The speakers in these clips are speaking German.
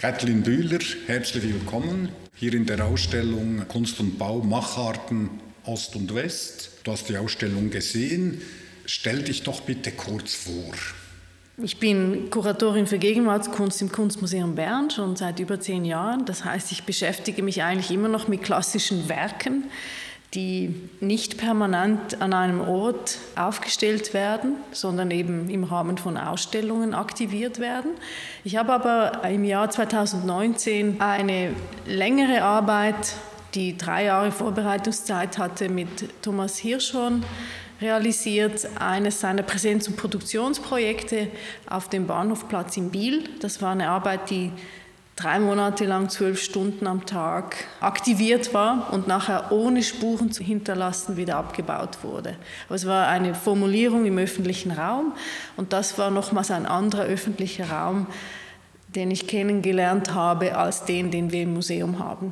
Kathleen Bühler, herzlich willkommen hier in der Ausstellung Kunst und Bau, Macharten Ost und West. Du hast die Ausstellung gesehen. Stell dich doch bitte kurz vor. Ich bin Kuratorin für Gegenwartskunst im Kunstmuseum Bern schon seit über 10 Jahren. Das heißt, ich beschäftige mich eigentlich immer noch mit klassischen Werken, die nicht permanent an einem Ort aufgestellt werden, sondern eben im Rahmen von Ausstellungen aktiviert werden. Ich habe aber im Jahr 2019 eine längere Arbeit, die 3 Jahre Vorbereitungszeit hatte, mit Thomas Hirschhorn realisiert, eines seiner Präsenz- und Produktionsprojekte auf dem Bahnhofplatz in Biel. Das war eine Arbeit, die 3 Monate lang 12 Stunden am Tag aktiviert war und nachher ohne Spuren zu hinterlassen wieder abgebaut wurde. Aber es war eine Formulierung im öffentlichen Raum und das war nochmals ein anderer öffentlicher Raum, den ich kennengelernt habe als den wir im Museum haben.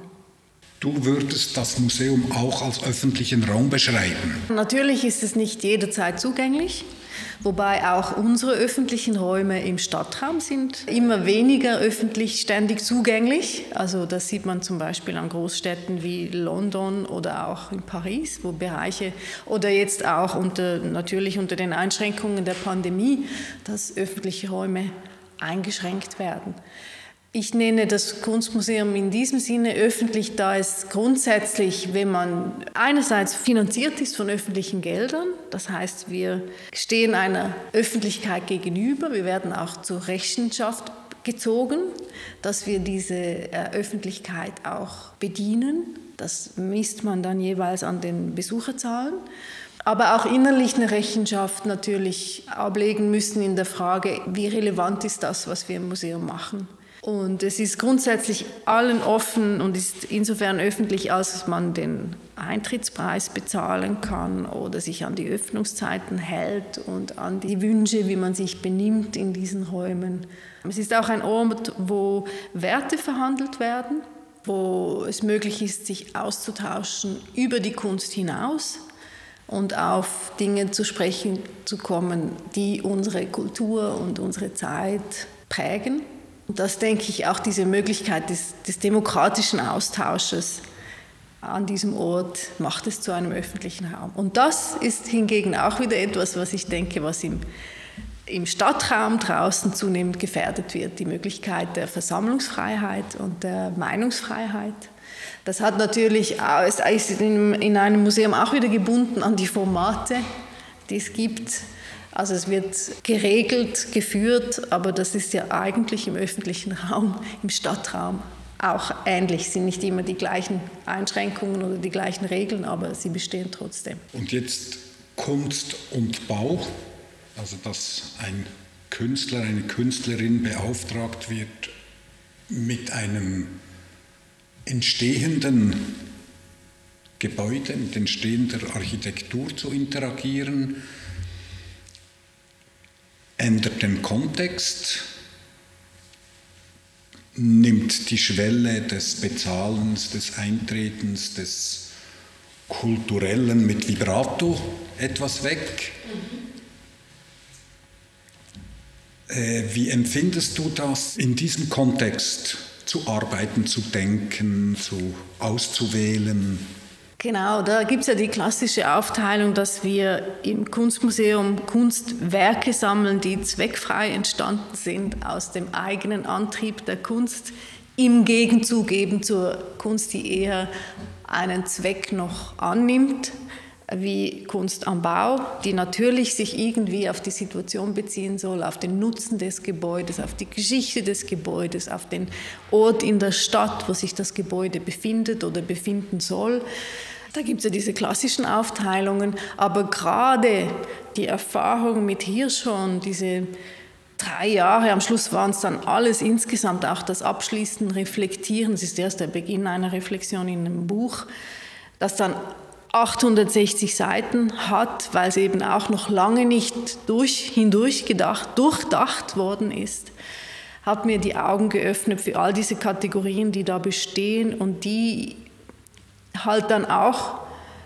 Du würdest das Museum auch als öffentlichen Raum beschreiben? Natürlich ist es nicht jederzeit zugänglich, wobei auch unsere öffentlichen Räume im Stadtraum sind immer weniger öffentlich ständig zugänglich. Also das sieht man zum Beispiel an Großstädten wie London oder auch in Paris, wo Bereiche oder jetzt auch natürlich unter den Einschränkungen der Pandemie, dass öffentliche Räume eingeschränkt werden. Ich nenne das Kunstmuseum in diesem Sinne öffentlich, da es grundsätzlich, wenn man einerseits finanziert ist von öffentlichen Geldern, das heißt, wir stehen einer Öffentlichkeit gegenüber, wir werden auch zur Rechenschaft gezogen, dass wir diese Öffentlichkeit auch bedienen. Das misst man dann jeweils an den Besucherzahlen. Aber auch innerlich eine Rechenschaft natürlich ablegen müssen in der Frage, wie relevant ist das, was wir im Museum machen. Und es ist grundsätzlich allen offen und ist insofern öffentlich, als man den Eintrittspreis bezahlen kann oder sich an die Öffnungszeiten hält und an die Wünsche, wie man sich benimmt in diesen Räumen. Es ist auch ein Ort, wo Werte verhandelt werden, wo es möglich ist, sich auszutauschen über die Kunst hinaus und auf Dinge zu sprechen zu kommen, die unsere Kultur und unsere Zeit prägen. Und das, denke ich, auch diese Möglichkeit des demokratischen Austausches an diesem Ort macht es zu einem öffentlichen Raum. Und das ist hingegen auch wieder etwas, was ich denke, was im Stadtraum draußen zunehmend gefährdet wird, die Möglichkeit der Versammlungsfreiheit und der Meinungsfreiheit. Das hat natürlich, ist in einem Museum auch wieder gebunden an die Formate, die es gibt. Also es wird geregelt, geführt, aber das ist ja eigentlich im öffentlichen Raum, im Stadtraum auch ähnlich. Es sind nicht immer die gleichen Einschränkungen oder die gleichen Regeln, aber sie bestehen trotzdem. Und jetzt Kunst und Bau, also dass ein Künstler, eine Künstlerin beauftragt wird, mit einem entstehenden Gebäude, mit entstehender Architektur zu interagieren, ändert den Kontext, nimmt die Schwelle des Bezahlens, des Eintretens, des Kulturellen mit Vibrato etwas weg. Wie empfindest du das, in diesem Kontext zu arbeiten, zu denken, auszuwählen? Genau, da gibt es ja die klassische Aufteilung, dass wir im Kunstmuseum Kunstwerke sammeln, die zweckfrei entstanden sind aus dem eigenen Antrieb der Kunst, im Gegenzug eben zur Kunst, die eher einen Zweck noch annimmt, wie Kunst am Bau, die natürlich sich irgendwie auf die Situation beziehen soll, auf den Nutzen des Gebäudes, auf die Geschichte des Gebäudes, auf den Ort in der Stadt, wo sich das Gebäude befindet oder befinden soll. Da gibt es ja diese klassischen Aufteilungen, aber gerade die Erfahrung mit Hirschhorn, diese 3 Jahre, am Schluss waren es dann alles insgesamt, auch das Abschließen, Reflektieren, es ist erst der Beginn einer Reflexion in einem Buch, das dann 860 Seiten hat, weil es eben auch noch lange nicht durchdacht worden ist, hat mir die Augen geöffnet für all diese Kategorien, die da bestehen und die halt dann auch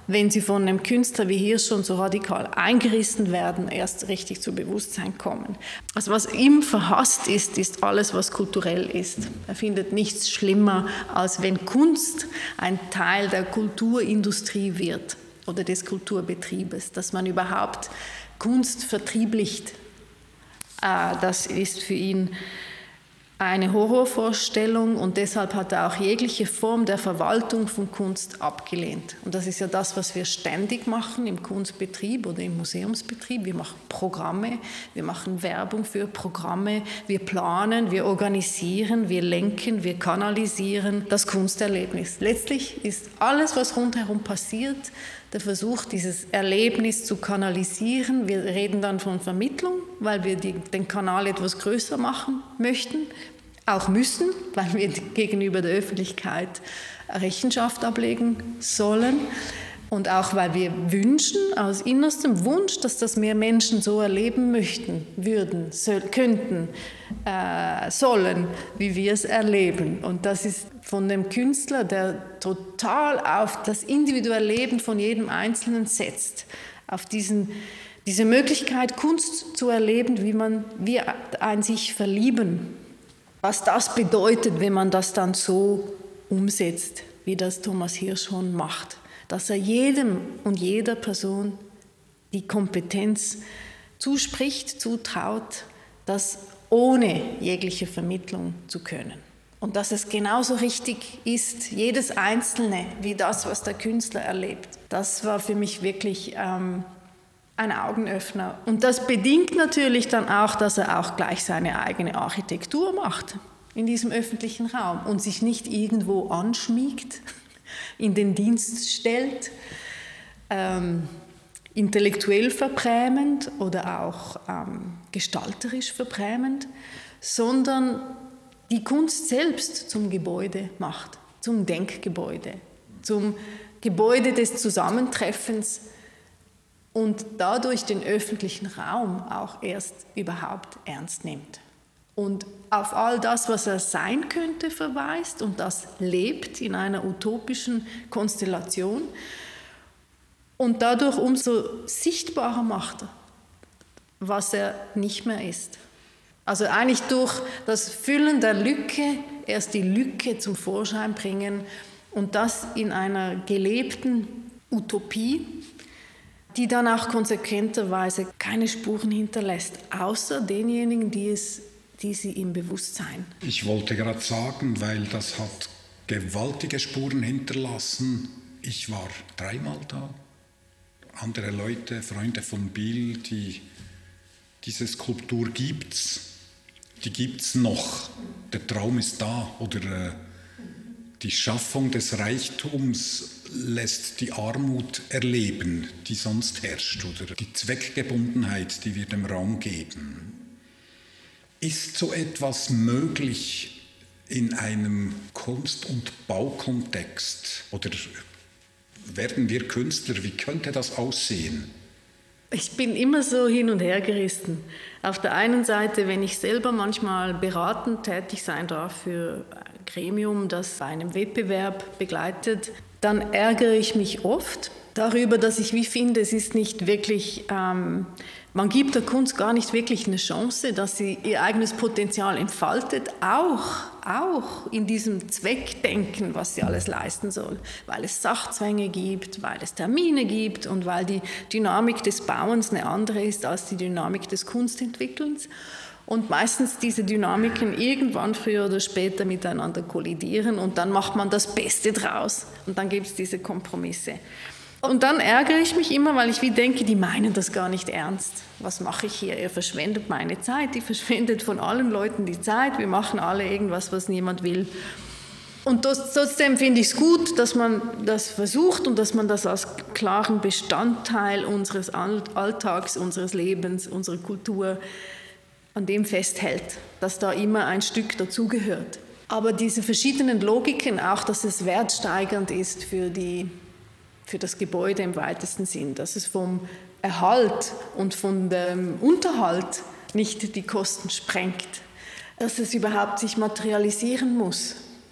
wenn sie von einem Künstler wie Hirsch schon so radikal eingerissen werden, erst richtig zu Bewusstsein kommen. Also was ihm verhasst ist, ist alles, was kulturell ist. Er findet nichts schlimmer, als wenn Kunst ein Teil der Kulturindustrie wird oder des Kulturbetriebes, dass man überhaupt Kunst vertrieblicht. Das ist für ihn eine Horrorvorstellung und deshalb hat er auch jegliche Form der Verwaltung von Kunst abgelehnt. Und das ist ja das, was wir ständig machen im Kunstbetrieb oder im Museumsbetrieb. Wir machen Programme, wir machen Werbung für Programme, wir planen, wir organisieren, wir lenken, wir kanalisieren das Kunsterlebnis. Letztlich ist alles, was rundherum passiert, der Versuch, dieses Erlebnis zu kanalisieren. Wir reden dann von Vermittlung, weil wir den Kanal etwas größer machen möchten, auch müssen, weil wir gegenüber der Öffentlichkeit Rechenschaft ablegen sollen und auch weil wir wünschen, aus innerstem Wunsch, dass das mehr Menschen so erleben möchten, würden, könnten, sollen, wie wir es erleben. Und das ist von dem Künstler, der total auf das individuelle Leben von jedem Einzelnen setzt, auf diese Möglichkeit, Kunst zu erleben, wie wir ein sich verlieben. Was das bedeutet, wenn man das dann so umsetzt, wie das Thomas Hirschhorn macht. Dass er jedem und jeder Person die Kompetenz zuspricht, zutraut, das ohne jegliche Vermittlung zu können. Und dass es genauso richtig ist, jedes Einzelne, wie das, was der Künstler erlebt. Das war für mich wirklich ein Augenöffner. Und das bedingt natürlich dann auch, dass er auch gleich seine eigene Architektur macht in diesem öffentlichen Raum und sich nicht irgendwo anschmiegt, in den Dienst stellt, intellektuell verbrämend oder auch gestalterisch verbrämend, sondern die Kunst selbst zum Gebäude macht, zum Denkgebäude, zum Gebäude des Zusammentreffens und dadurch den öffentlichen Raum auch erst überhaupt ernst nimmt. Und auf all das, was er sein könnte, verweist und das lebt in einer utopischen Konstellation und dadurch umso sichtbarer macht, was er nicht mehr ist. Also eigentlich durch das Füllen der Lücke erst die Lücke zum Vorschein bringen und das in einer gelebten Utopie, die dann auch konsequenterweise keine Spuren hinterlässt, außer denjenigen, die sie im Bewusstsein. Ich wollte gerade sagen, weil das hat gewaltige Spuren hinterlassen. Ich war 3-mal da. Andere Leute, Freunde von Biel, diese Skulptur gibt's. Die gibt's noch. Der Traum ist da. Oder die Schaffung des Reichtums lässt die Armut erleben, die sonst herrscht. Oder die Zweckgebundenheit, die wir dem Raum geben. Ist so etwas möglich in einem Kunst- und Baukontext? Oder werden wir Künstler? Wie könnte das aussehen? Ich bin immer so hin und her gerissen. Auf der einen Seite, wenn ich selber manchmal beratend tätig sein darf für ein Gremium, das einem Wettbewerb begleitet, dann ärgere ich mich oft darüber, dass ich finde, es ist nicht wirklich... Man gibt der Kunst gar nicht wirklich eine Chance, dass sie ihr eigenes Potenzial entfaltet, auch in diesem Zweckdenken, was sie alles leisten soll, weil es Sachzwänge gibt, weil es Termine gibt und weil die Dynamik des Bauens eine andere ist als die Dynamik des Kunstentwickelns und meistens diese Dynamiken irgendwann früher oder später miteinander kollidieren und dann macht man das Beste draus und dann gibt es diese Kompromisse. Und dann ärgere ich mich immer, weil ich denke, die meinen das gar nicht ernst. Was mache ich hier? Ihr verschwendet meine Zeit, ihr verschwendet von allen Leuten die Zeit, wir machen alle irgendwas, was niemand will. Und trotzdem finde ich es gut, dass man das versucht und dass man das als klaren Bestandteil unseres Alltags, unseres Lebens, unserer Kultur an dem festhält, dass da immer ein Stück dazugehört. Aber diese verschiedenen Logiken, auch dass es wertsteigernd ist für das Gebäude im weitesten Sinn, dass es vom Erhalt und von dem Unterhalt nicht die Kosten sprengt, dass es überhaupt sich materialisieren muss,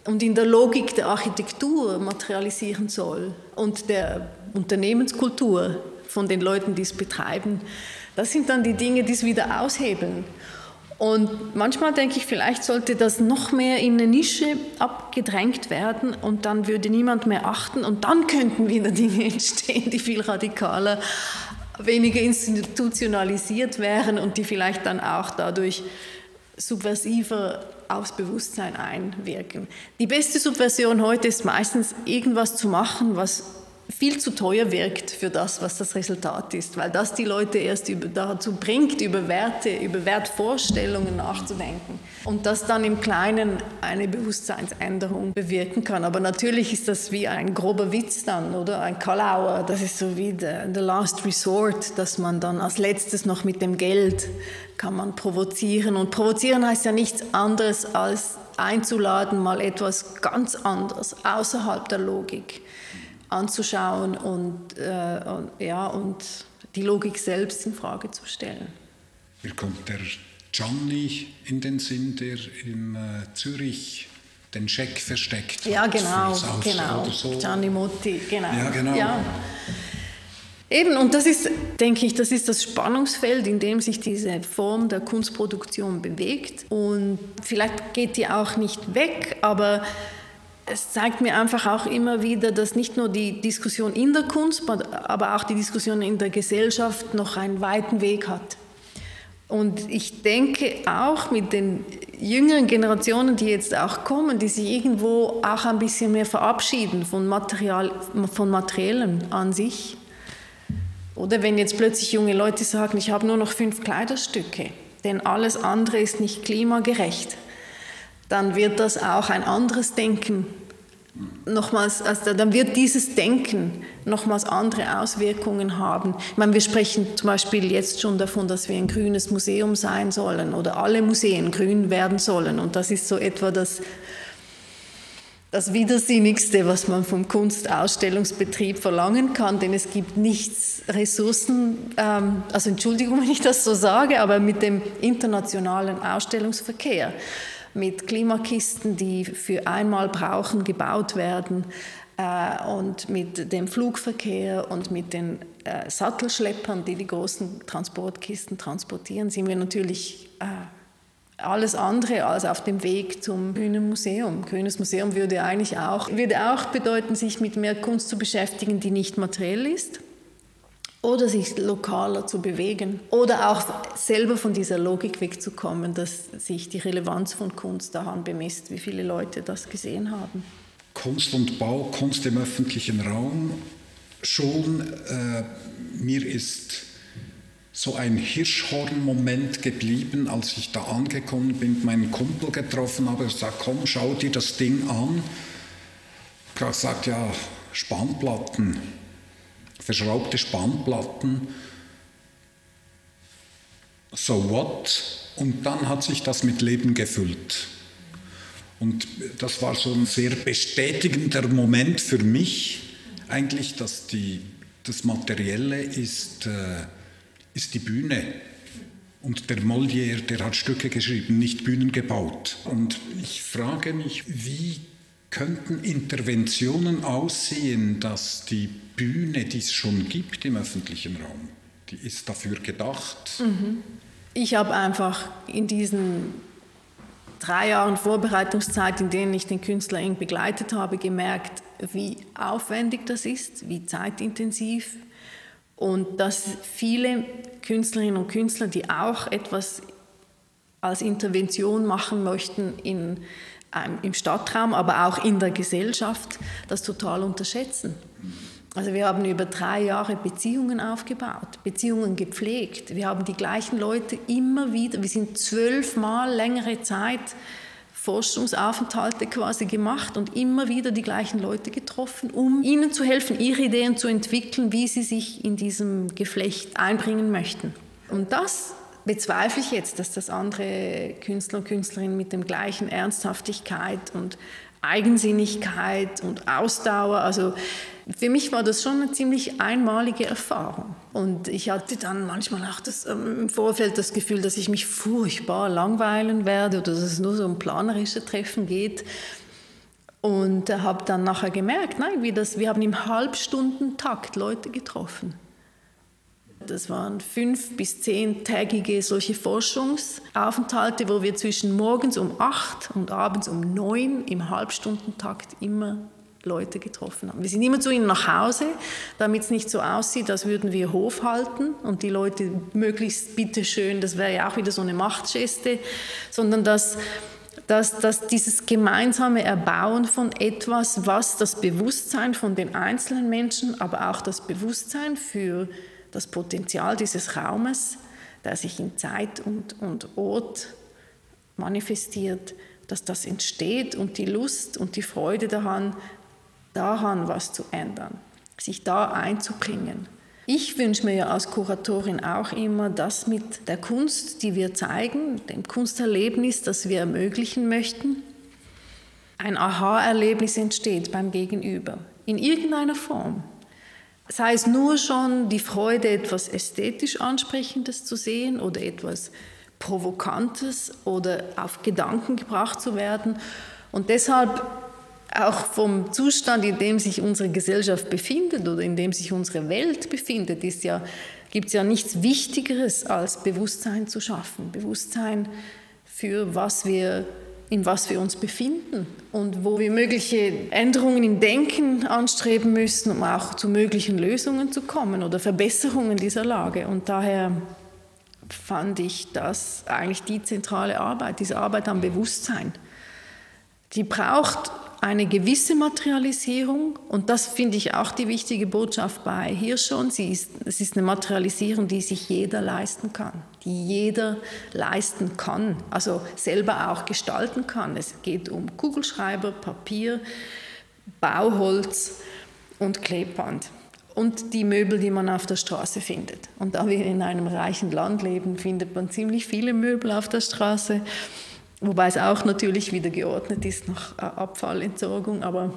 und in der Logik der Architektur materialisieren soll und der Unternehmenskultur von den Leuten, die es betreiben, das sind dann die Dinge, die es wieder aushebeln. Und manchmal denke ich, vielleicht sollte das noch mehr in eine Nische abgedrängt werden und dann würde niemand mehr achten und dann könnten wieder Dinge entstehen, die viel radikaler, weniger institutionalisiert wären und die vielleicht dann auch dadurch subversiver aufs Bewusstsein einwirken. Die beste Subversion heute ist meistens irgendwas zu machen, was viel zu teuer wirkt für das, was das Resultat ist, weil das die Leute erst dazu bringt, über Wertvorstellungen nachzudenken und das dann im Kleinen eine Bewusstseinsänderung bewirken kann. Aber natürlich ist das wie ein grober Witz dann, oder? Ein Kalauer, das ist so wie the last resort, dass man dann als letztes noch mit dem Geld kann man provozieren. Und provozieren heißt ja nichts anderes als einzuladen, mal etwas ganz anderes, außerhalb der Logik anzuschauen und die Logik selbst in Frage zu stellen. Mir kommt der Gianni in den Sinn, der in Zürich den Scheck versteckt hat. Ja, genau. So. Gianni Motti, genau. Ja, genau. Ja. Eben, und das ist, denke ich, das ist das Spannungsfeld, in dem sich diese Form der Kunstproduktion bewegt. Und vielleicht geht die auch nicht weg, aber es zeigt mir einfach auch immer wieder, dass nicht nur die Diskussion in der Kunst, aber auch die Diskussion in der Gesellschaft noch einen weiten Weg hat. Und ich denke auch mit den jüngeren Generationen, die jetzt auch kommen, die sich irgendwo auch ein bisschen mehr verabschieden von Materiellem an sich. Oder wenn jetzt plötzlich junge Leute sagen, ich habe nur noch 5 Kleiderstücke, denn alles andere ist nicht klimagerecht, dann wird das auch ein anderes Denken nochmals, also dann wird dieses Denken nochmals andere Auswirkungen haben. Ich meine, wir sprechen zum Beispiel jetzt schon davon, dass wir ein grünes Museum sein sollen oder alle Museen grün werden sollen. Und das ist so etwa das Widersinnigste, was man vom Kunstausstellungsbetrieb verlangen kann, denn es gibt nichts Ressourcen, also Entschuldigung, wenn ich das so sage, aber mit dem internationalen Ausstellungsverkehr, mit Klimakisten, die für einmal brauchen, gebaut werden und mit dem Flugverkehr und mit den Sattelschleppern, die großen Transportkisten transportieren, sind wir natürlich alles andere als auf dem Weg zum grünen Museum. Grünes Museum würde auch bedeuten, sich mit mehr Kunst zu beschäftigen, die nicht materiell ist. Oder sich lokaler zu bewegen. Oder auch selber von dieser Logik wegzukommen, dass sich die Relevanz von Kunst daran bemisst, wie viele Leute das gesehen haben. Kunst und Bau, Kunst im öffentlichen Raum. Schon mir ist so ein Hirschhorn-Moment geblieben, als ich da angekommen bin, meinen Kumpel getroffen habe, gesagt, komm, schau dir das Ding an. Ich habe gesagt, ja, Spanplatten. Verschraubte Spanplatten, so what? Und dann hat sich das mit Leben gefüllt. Und das war so ein sehr bestätigender Moment für mich, eigentlich, dass das Materielle ist die Bühne. Und der Molière, der hat Stücke geschrieben, nicht Bühnen gebaut. Und ich frage mich, wie könnten Interventionen aussehen, dass die Bühne, die es schon gibt im öffentlichen Raum, die ist dafür gedacht. Ich habe einfach in diesen 3 Jahren Vorbereitungszeit, in denen ich den Künstler eng begleitet habe, gemerkt, wie aufwendig das ist, wie zeitintensiv und dass viele Künstlerinnen und Künstler, die auch etwas als Intervention machen möchten im Stadtraum, aber auch in der Gesellschaft, das total unterschätzen. Also wir haben über 3 Jahre Beziehungen aufgebaut, Beziehungen gepflegt. Wir haben die gleichen Leute immer wieder, wir sind 12-mal längere Zeit Forschungsaufenthalte quasi gemacht und immer wieder die gleichen Leute getroffen, um ihnen zu helfen, ihre Ideen zu entwickeln, wie sie sich in diesem Geflecht einbringen möchten. Und das bezweifle ich jetzt, dass das andere Künstler und Künstlerinnen mit dem gleichen Ernsthaftigkeit und Eigensinnigkeit und Ausdauer, also für mich war das schon eine ziemlich einmalige Erfahrung. Und ich hatte dann manchmal auch im Vorfeld das Gefühl, dass ich mich furchtbar langweilen werde oder dass es nur so um planerische Treffen geht. Und habe dann nachher gemerkt, nein, wir haben im Halbstundentakt Leute getroffen. Das waren 5 bis 10-tägige solche Forschungsaufenthalte, wo wir zwischen morgens um 8 und abends um 9 im Halbstundentakt immer Leute getroffen haben. Wir sind immer zu ihnen nach Hause, damit es nicht so aussieht, als würden wir Hof halten und die Leute möglichst bitteschön, das wäre ja auch wieder so eine Machtgeste, sondern dass dieses gemeinsame Erbauen von etwas, was das Bewusstsein von den einzelnen Menschen, aber auch das Bewusstsein für das Potenzial dieses Raumes, der sich in Zeit und Ort manifestiert, dass das entsteht und die Lust und die Freude daran was zu ändern, sich da einzuklingen. Ich wünsche mir ja als Kuratorin auch immer, dass mit der Kunst, die wir zeigen, dem Kunsterlebnis, das wir ermöglichen möchten, ein Aha-Erlebnis entsteht beim Gegenüber, in irgendeiner Form. Sei es nur schon die Freude, etwas ästhetisch Ansprechendes zu sehen oder etwas Provokantes oder auf Gedanken gebracht zu werden. Und deshalb auch vom Zustand, in dem sich unsere Gesellschaft befindet oder in dem sich unsere Welt befindet, gibt es ja nichts Wichtigeres, als Bewusstsein zu schaffen. Bewusstsein für in was wir uns befinden und wo wir mögliche Änderungen im Denken anstreben müssen, um auch zu möglichen Lösungen zu kommen oder Verbesserungen dieser Lage. Und daher fand ich das eigentlich die zentrale Arbeit, diese Arbeit am Bewusstsein. Die braucht eine gewisse Materialisierung und das finde ich auch die wichtige Botschaft bei Hirschhorn. Es ist eine Materialisierung, die sich jeder leisten kann, die jeder leisten kann, also selber auch gestalten kann. Es geht um Kugelschreiber, Papier, Bauholz und Kleeband und die Möbel, die man auf der Straße findet. Und da wir in einem reichen Land leben, findet man ziemlich viele Möbel auf der Straße. Wobei es auch natürlich wieder geordnet ist nach Abfallentsorgung. Aber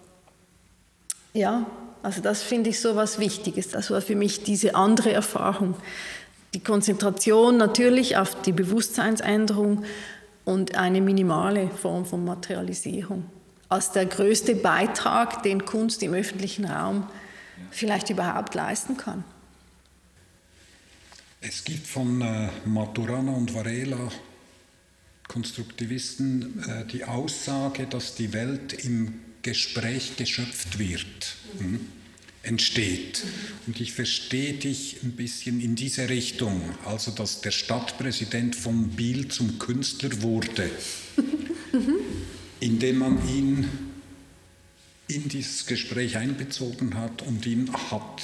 ja, also das finde ich so was Wichtiges. Das war für mich diese andere Erfahrung. Die Konzentration natürlich auf die Bewusstseinsänderung und eine minimale Form von Materialisierung. Als der größte Beitrag, den Kunst im öffentlichen Raum vielleicht überhaupt leisten kann. Es gibt von Maturana und Varela, Konstruktivisten, die Aussage, dass die Welt im Gespräch geschöpft wird, entsteht. Und ich verstehe dich ein bisschen in diese Richtung, also dass der Stadtpräsident von Biel zum Künstler wurde, indem man ihn in dieses Gespräch einbezogen hat und ihn hat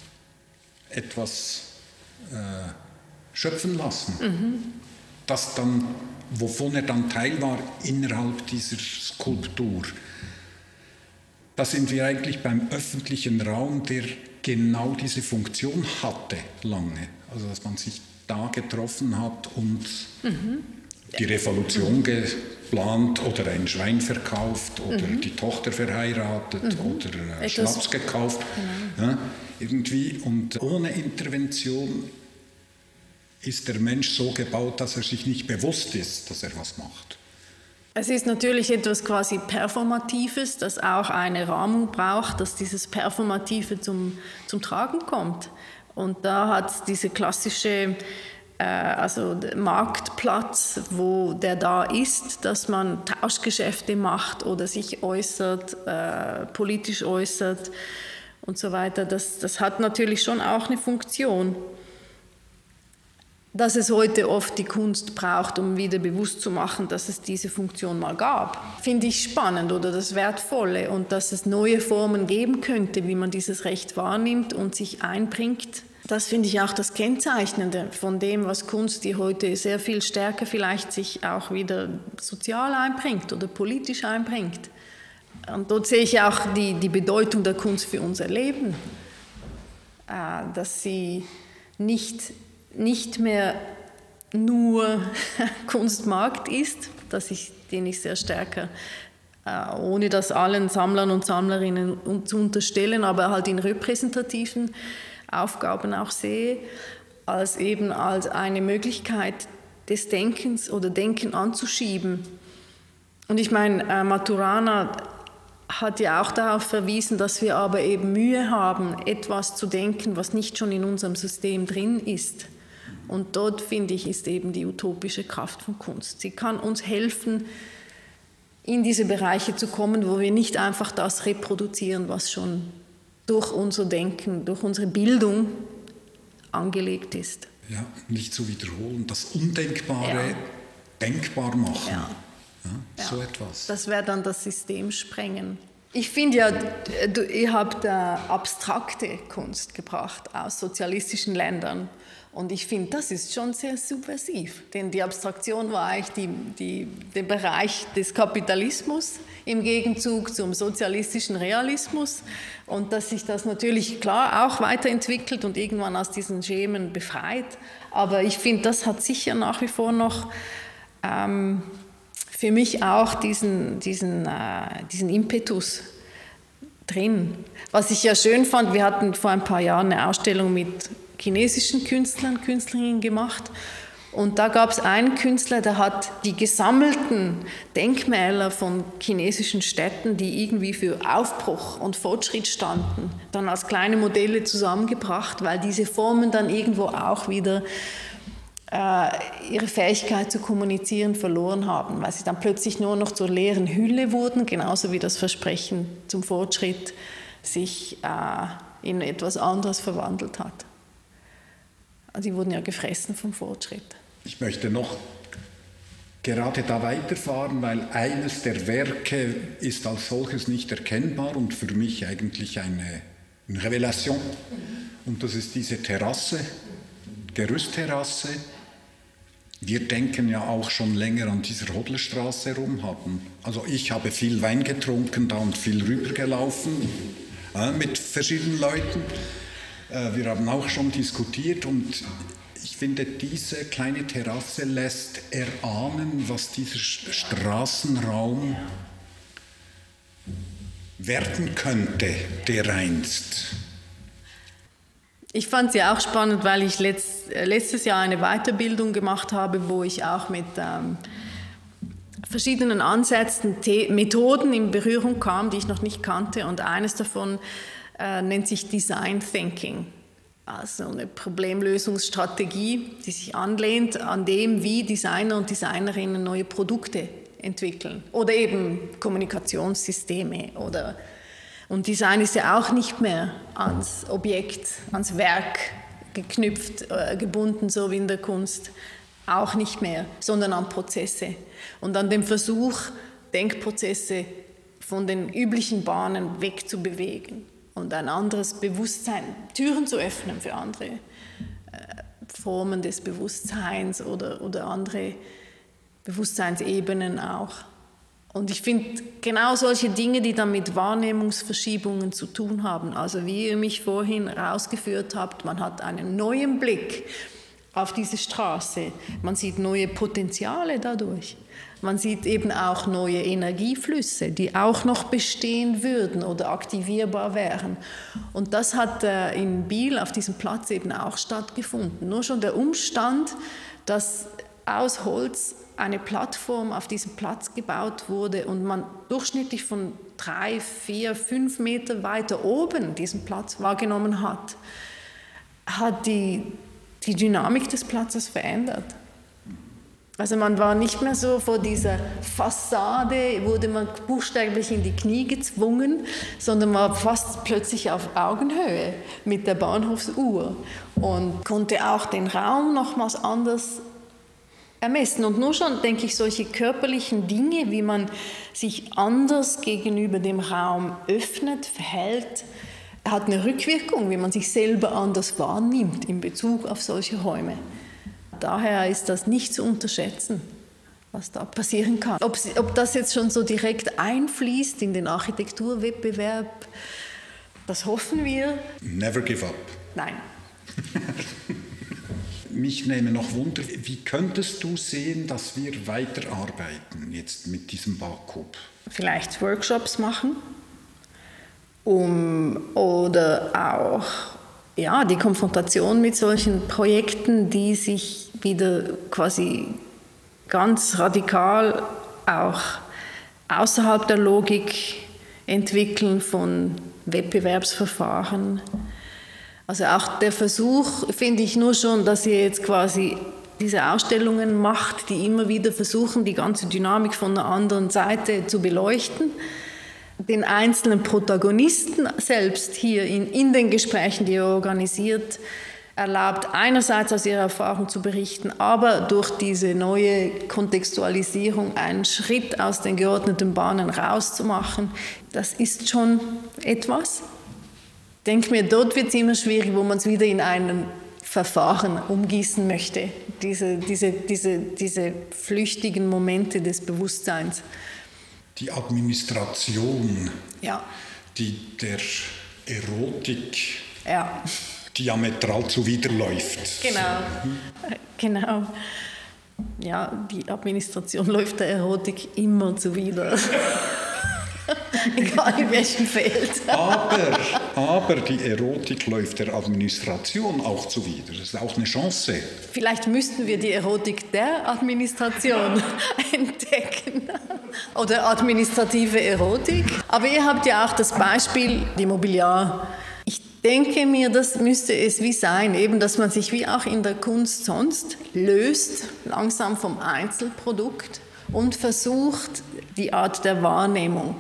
etwas schöpfen lassen. Das dann, wovon er dann Teil war innerhalb dieser Skulptur. Da sind wir eigentlich beim öffentlichen Raum, der genau diese Funktion hatte lange. Also dass man sich da getroffen hat und die Revolution geplant oder ein Schwein verkauft oder die Tochter verheiratet oder Schnaps gekauft. Ja, irgendwie. Und ohne Intervention ist der Mensch so gebaut, dass er sich nicht bewusst ist, dass er was macht. Es ist natürlich etwas quasi Performatives, das auch eine Rahmung braucht, dass dieses Performative zum Tragen kommt. Und da hat es diese klassische Marktplatz, wo der da ist, dass man Tauschgeschäfte macht oder sich äußert, politisch äußert und so weiter. Das hat natürlich schon auch eine Funktion. Dass es heute oft die Kunst braucht, um wieder bewusst zu machen, dass es diese Funktion mal gab, finde ich spannend oder das Wertvolle und dass es neue Formen geben könnte, wie man dieses Recht wahrnimmt und sich einbringt. Das finde ich auch das Kennzeichnende von dem, was Kunst, die heute sehr viel stärker vielleicht sich auch wieder sozial einbringt oder politisch einbringt. Und dort sehe ich auch die Bedeutung der Kunst für unser Leben, dass sie nicht mehr nur Kunstmarkt ist, den ich sehr stärker, ohne das allen Sammlern und Sammlerinnen zu unterstellen, aber halt in repräsentativen Aufgaben auch sehe, als eben als eine Möglichkeit des Denkens oder Denken anzuschieben. Und ich meine, Maturana hat ja auch darauf verwiesen, dass wir aber eben Mühe haben, etwas zu denken, was nicht schon in unserem System drin ist. Und dort, finde ich, ist eben die utopische Kraft von Kunst. Sie kann uns helfen, in diese Bereiche zu kommen, wo wir nicht einfach das reproduzieren, was schon durch unser Denken, durch unsere Bildung angelegt ist. Ja, nicht zu wiederholen, das Undenkbare denkbar machen. Ja. Ja, so etwas. Das wäre dann das System sprengen. Ich finde ja, ihr habt abstrakte Kunst gebracht aus sozialistischen Ländern. Und ich finde, das ist schon sehr subversiv. Denn die Abstraktion war eigentlich der Bereich des Kapitalismus im Gegenzug zum sozialistischen Realismus. Und dass sich das natürlich klar auch weiterentwickelt und irgendwann aus diesen Schemen befreit. Aber ich finde, das hat sicher nach wie vor noch für mich auch diesen Impetus drin. Was ich ja schön fand, wir hatten vor ein paar Jahren eine Ausstellung mit chinesischen Künstlern, Künstlerinnen gemacht. Und da gab es einen Künstler, der hat die gesammelten Denkmäler von chinesischen Städten, die irgendwie für Aufbruch und Fortschritt standen, dann als kleine Modelle zusammengebracht, weil diese Formen dann irgendwo auch wieder ihre Fähigkeit zu kommunizieren verloren haben, weil sie dann plötzlich nur noch zur leeren Hülle wurden, genauso wie das Versprechen zum Fortschritt sich in etwas anderes verwandelt hat. Also die wurden ja gefressen vom Fortschritt. Ich möchte noch gerade da weiterfahren, weil eines der Werke ist als solches nicht erkennbar und für mich eigentlich eine Revelation. Und das ist diese Terrasse, Gerüstterrasse. Wir denken ja auch schon länger an dieser Hodlerstraße rum. Also ich habe viel Wein getrunken da und viel rübergelaufen mit verschiedenen Leuten. Wir haben auch schon diskutiert und ich finde, diese kleine Terrasse lässt erahnen, was dieser Straßenraum werden könnte dereinst. Ich fand sie auch spannend, weil ich letztes Jahr eine Weiterbildung gemacht habe, wo ich auch mit verschiedenen Ansätzen, Methoden in Berührung kam, die ich noch nicht kannte. Und eines davon nennt sich Design Thinking, also eine Problemlösungsstrategie, die sich anlehnt an dem, wie Designer und Designerinnen neue Produkte entwickeln oder eben Kommunikationssysteme und Design ist ja auch nicht mehr ans Objekt, ans Werk geknüpft, gebunden, so wie in der Kunst, auch nicht mehr, sondern an Prozesse und an dem Versuch, Denkprozesse von den üblichen Bahnen wegzubewegen und ein anderes Bewusstsein, Türen zu öffnen für andere Formen des Bewusstseins oder andere Bewusstseinsebenen auch. Und ich finde genau solche Dinge, die dann mit Wahrnehmungsverschiebungen zu tun haben. Also wie ihr mich vorhin rausgeführt habt, man hat einen neuen Blick auf diese Straße. Man sieht neue Potenziale dadurch. Man sieht eben auch neue Energieflüsse, die auch noch bestehen würden oder aktivierbar wären. Und das hat in Biel auf diesem Platz eben auch stattgefunden. Nur schon der Umstand, dass aus Holz eine Plattform auf diesem Platz gebaut wurde und man durchschnittlich von 3, 4, 5 Meter weiter oben diesen Platz wahrgenommen hat, hat die Dynamik des Platzes verändert. Also man war nicht mehr so vor dieser Fassade, wurde man buchstäblich in die Knie gezwungen, sondern war fast plötzlich auf Augenhöhe mit der Bahnhofsuhr und konnte auch den Raum nochmals anders ermessen. Und nur schon, denke ich, solche körperlichen Dinge, wie man sich anders gegenüber dem Raum öffnet, verhält, hat eine Rückwirkung, wie man sich selber anders wahrnimmt in Bezug auf solche Räume. Daher ist das nicht zu unterschätzen, was da passieren kann. Ob das jetzt schon so direkt einfließt in den Architekturwettbewerb, das hoffen wir. Never give up. Nein. Mich nehme noch Wunder, wie könntest du sehen, dass wir weiterarbeiten jetzt mit diesem Backup? Vielleicht Workshops machen, oder auch die Konfrontation mit solchen Projekten, die sich wieder quasi ganz radikal auch außerhalb der Logik Entwickeln von Wettbewerbsverfahren. Also auch der Versuch, finde ich nur schon, dass ihr jetzt quasi diese Ausstellungen macht, die immer wieder versuchen, die ganze Dynamik von einer anderen Seite zu beleuchten, den einzelnen Protagonisten selbst hier in den Gesprächen, die ihr organisiert, erlaubt, einerseits aus ihrer Erfahrung zu berichten, aber durch diese neue Kontextualisierung einen Schritt aus den geordneten Bahnen rauszumachen. Das ist schon etwas. Ich denke mir, dort wird es immer schwierig, wo man es wieder in ein Verfahren umgießen möchte. Diese flüchtigen Momente des Bewusstseins. Die Administration, ja, die der Erotik ja. diametral zuwiderläuft. Genau. Ja, die Administration läuft der Erotik immer zuwider. Egal in welchem Feld. Aber die Erotik läuft der Administration auch zuwider. Das ist auch eine Chance. Vielleicht müssten wir die Erotik der Administration entdecken. Oder administrative Erotik. Aber ihr habt ja auch das Beispiel, die Mobiliar. Ich denke mir, das müsste es wie sein, eben, dass man sich wie auch in der Kunst sonst löst, langsam vom Einzelprodukt und versucht, die Art der Wahrnehmung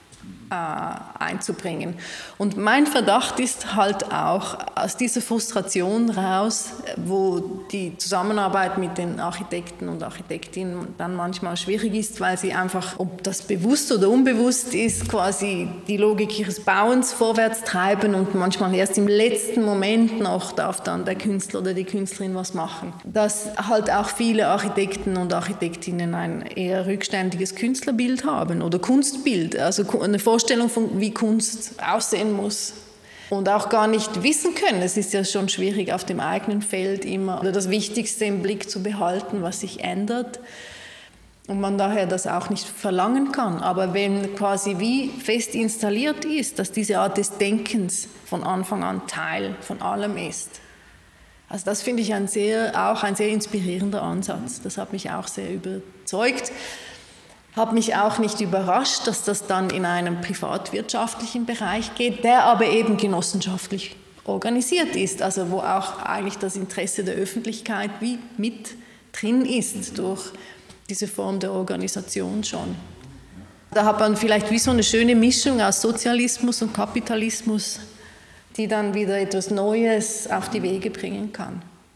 einzubringen. Und mein Verdacht ist halt auch aus dieser Frustration raus, wo die Zusammenarbeit mit den Architekten und Architektinnen dann manchmal schwierig ist, weil sie einfach, ob das bewusst oder unbewusst ist, quasi die Logik ihres Bauens vorwärts treiben und manchmal erst im letzten Moment noch darf dann der Künstler oder die Künstlerin was machen. Dass halt auch viele Architekten und Architektinnen ein eher rückständiges Künstlerbild haben oder Kunstbild, also eine Vorstellung von, wie Kunst aussehen muss und auch gar nicht wissen können. Es ist ja schon schwierig, auf dem eigenen Feld immer das Wichtigste im Blick zu behalten, was sich ändert und man daher das auch nicht verlangen kann. Aber wenn quasi wie fest installiert ist, dass diese Art des Denkens von Anfang an Teil von allem ist, also das finde ich auch ein sehr inspirierender Ansatz. Das hat mich auch sehr überzeugt. Habe mich auch nicht überrascht, dass das dann in einen privatwirtschaftlichen Bereich geht, der aber eben genossenschaftlich organisiert ist, also wo auch eigentlich das Interesse der Öffentlichkeit wie mit drin ist durch diese Form der Organisation schon. Da hat man vielleicht wie so eine schöne Mischung aus Sozialismus und Kapitalismus, die dann wieder etwas Neues auf die Wege bringen kann.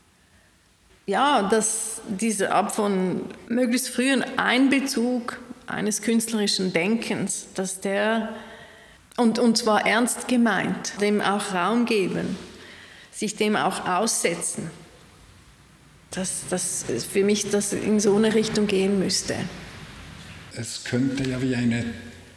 Ja, dass diese Art von möglichst frühen Einbezug eines künstlerischen Denkens, dass der, und zwar ernst gemeint, dem auch Raum geben, sich dem auch aussetzen, dass für mich das in so eine Richtung gehen müsste. Es könnte ja wie eine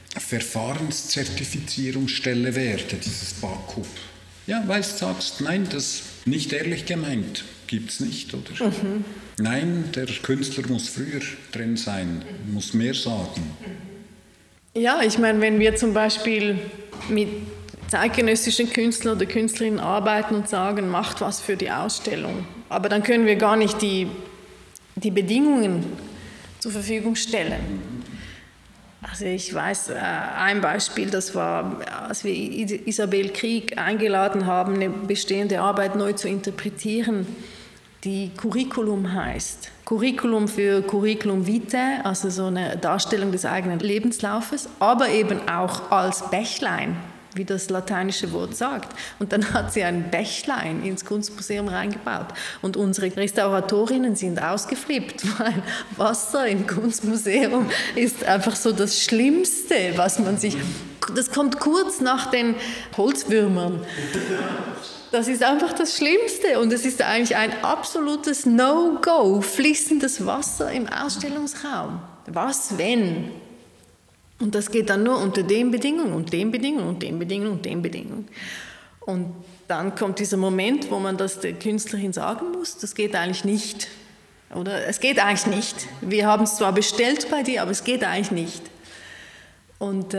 Verfahrenszertifizierungsstelle werden, dieses BAKUB. Ja, weil du sagst, nein, das ist nicht ehrlich gemeint. Gibt es nicht, oder? Mhm. Nein, der Künstler muss früher drin sein, muss mehr sagen. Ja, ich meine, wenn wir zum Beispiel mit zeitgenössischen Künstlern oder Künstlerinnen arbeiten und sagen, macht was für die Ausstellung, aber dann können wir gar nicht die Bedingungen zur Verfügung stellen. Also ich weiß, ein Beispiel, das war, als wir Isabel Krieg eingeladen haben, eine bestehende Arbeit neu zu interpretieren, die Curriculum heißt. Curriculum für Curriculum Vitae, also so eine Darstellung des eigenen Lebenslaufes, aber eben auch als Bächlein, wie das lateinische Wort sagt. Und dann hat sie ein Bächlein ins Kunstmuseum reingebaut. Und unsere Restauratorinnen sind ausgeflippt, weil Wasser im Kunstmuseum ist einfach so das Schlimmste, was man sich... Das kommt kurz nach den Holzwürmern. Das ist einfach das Schlimmste und es ist eigentlich ein absolutes No-Go, fließendes Wasser im Ausstellungsraum. Was, wenn? Und das geht dann nur unter den Bedingungen und den Bedingungen und den Bedingungen und den Bedingungen. Und dann kommt dieser Moment, wo man das der Künstlerin sagen muss, das geht eigentlich nicht. Oder es geht eigentlich nicht. Wir haben es zwar bestellt bei dir, aber es geht eigentlich nicht. Und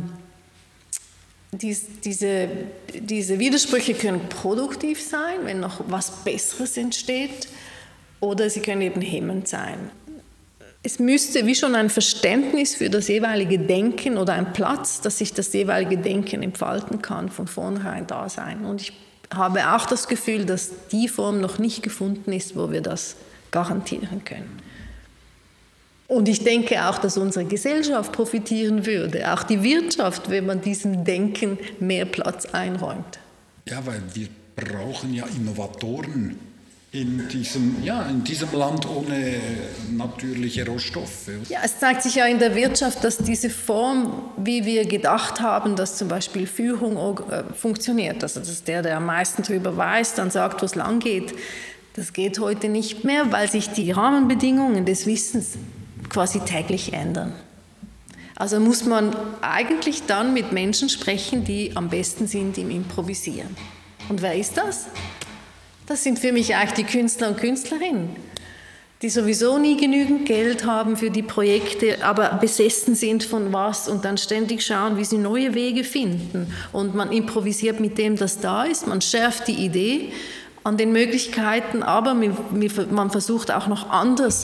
diese Widersprüche können produktiv sein, wenn noch was Besseres entsteht, oder sie können eben hemmend sein. Es müsste wie schon ein Verständnis für das jeweilige Denken oder ein Platz, dass sich das jeweilige Denken entfalten kann, von vornherein da sein. Und ich habe auch das Gefühl, dass die Form noch nicht gefunden ist, wo wir das garantieren können. Und ich denke auch, dass unsere Gesellschaft profitieren würde, auch die Wirtschaft, wenn man diesem Denken mehr Platz einräumt. Ja, weil wir brauchen ja Innovatoren in diesem Land ohne natürliche Rohstoffe. Ja, es zeigt sich ja in der Wirtschaft, dass diese Form, wie wir gedacht haben, dass zum Beispiel Führung funktioniert, also dass der am meisten darüber weiß, dann sagt, wo es lang geht, das geht heute nicht mehr, weil sich die Rahmenbedingungen des Wissens quasi täglich ändern. Also muss man eigentlich dann mit Menschen sprechen, die am besten sind im Improvisieren. Und wer ist das? Das sind für mich eigentlich die Künstler und Künstlerinnen, die sowieso nie genügend Geld haben für die Projekte, aber besessen sind von was und dann ständig schauen, wie sie neue Wege finden. Und man improvisiert mit dem, das da ist, man schärft die Idee an den Möglichkeiten, aber man versucht auch noch anders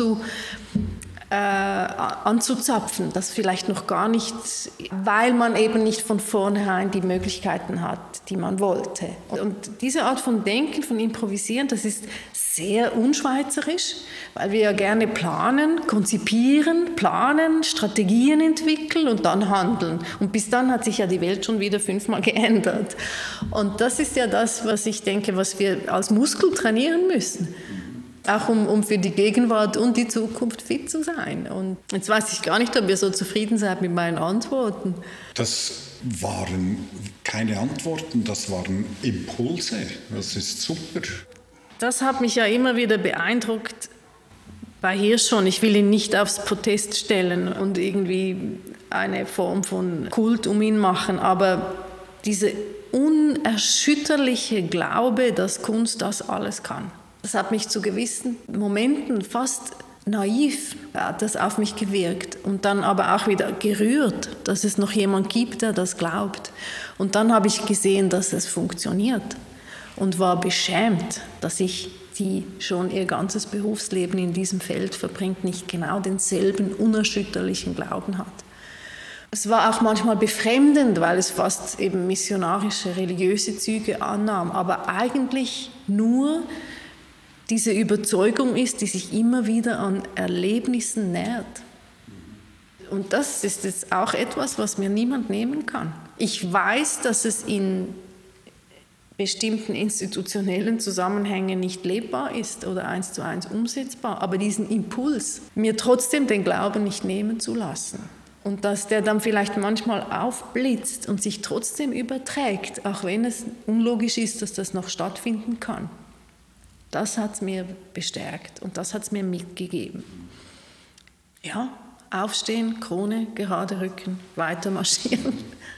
anzuzapfen, das vielleicht noch gar nicht, weil man eben nicht von vornherein die Möglichkeiten hat, die man wollte. Und diese Art von Denken, von Improvisieren, das ist sehr unschweizerisch, weil wir ja gerne planen, konzipieren, Strategien entwickeln und dann handeln. Und bis dann hat sich ja die Welt schon wieder 5-mal geändert. Und das ist ja das, was ich denke, was wir als Muskel trainieren müssen. Auch um für die Gegenwart und die Zukunft fit zu sein. Und jetzt weiß ich gar nicht, ob ihr so zufrieden seid mit meinen Antworten. Das waren keine Antworten, das waren Impulse. Das ist super. Das hat mich ja immer wieder beeindruckt bei Hirschhorn. Ich will ihn nicht aufs Podest stellen und irgendwie eine Form von Kult um ihn machen, aber diese unerschütterliche Glaube, dass Kunst das alles kann. Das hat mich zu gewissen Momenten fast naiv, hat das auf mich gewirkt und dann aber auch wieder gerührt, dass es noch jemand gibt, der das glaubt. Und dann habe ich gesehen, dass es funktioniert und war beschämt, dass ich, die schon ihr ganzes Berufsleben in diesem Feld verbringt, nicht genau denselben unerschütterlichen Glauben hat. Es war auch manchmal befremdend, weil es fast eben missionarische, religiöse Züge annahm, aber eigentlich nur diese Überzeugung ist, die sich immer wieder an Erlebnissen nährt. Und das ist jetzt auch etwas, was mir niemand nehmen kann. Ich weiß, dass es in bestimmten institutionellen Zusammenhängen nicht lebbar ist oder 1:1 umsetzbar, aber diesen Impuls, mir trotzdem den Glauben nicht nehmen zu lassen. Und dass der dann vielleicht manchmal aufblitzt und sich trotzdem überträgt, auch wenn es unlogisch ist, dass das noch stattfinden kann. Das hat es mir bestärkt und das hat es mir mitgegeben. Ja, aufstehen, Krone, gerade Rücken, weiter marschieren.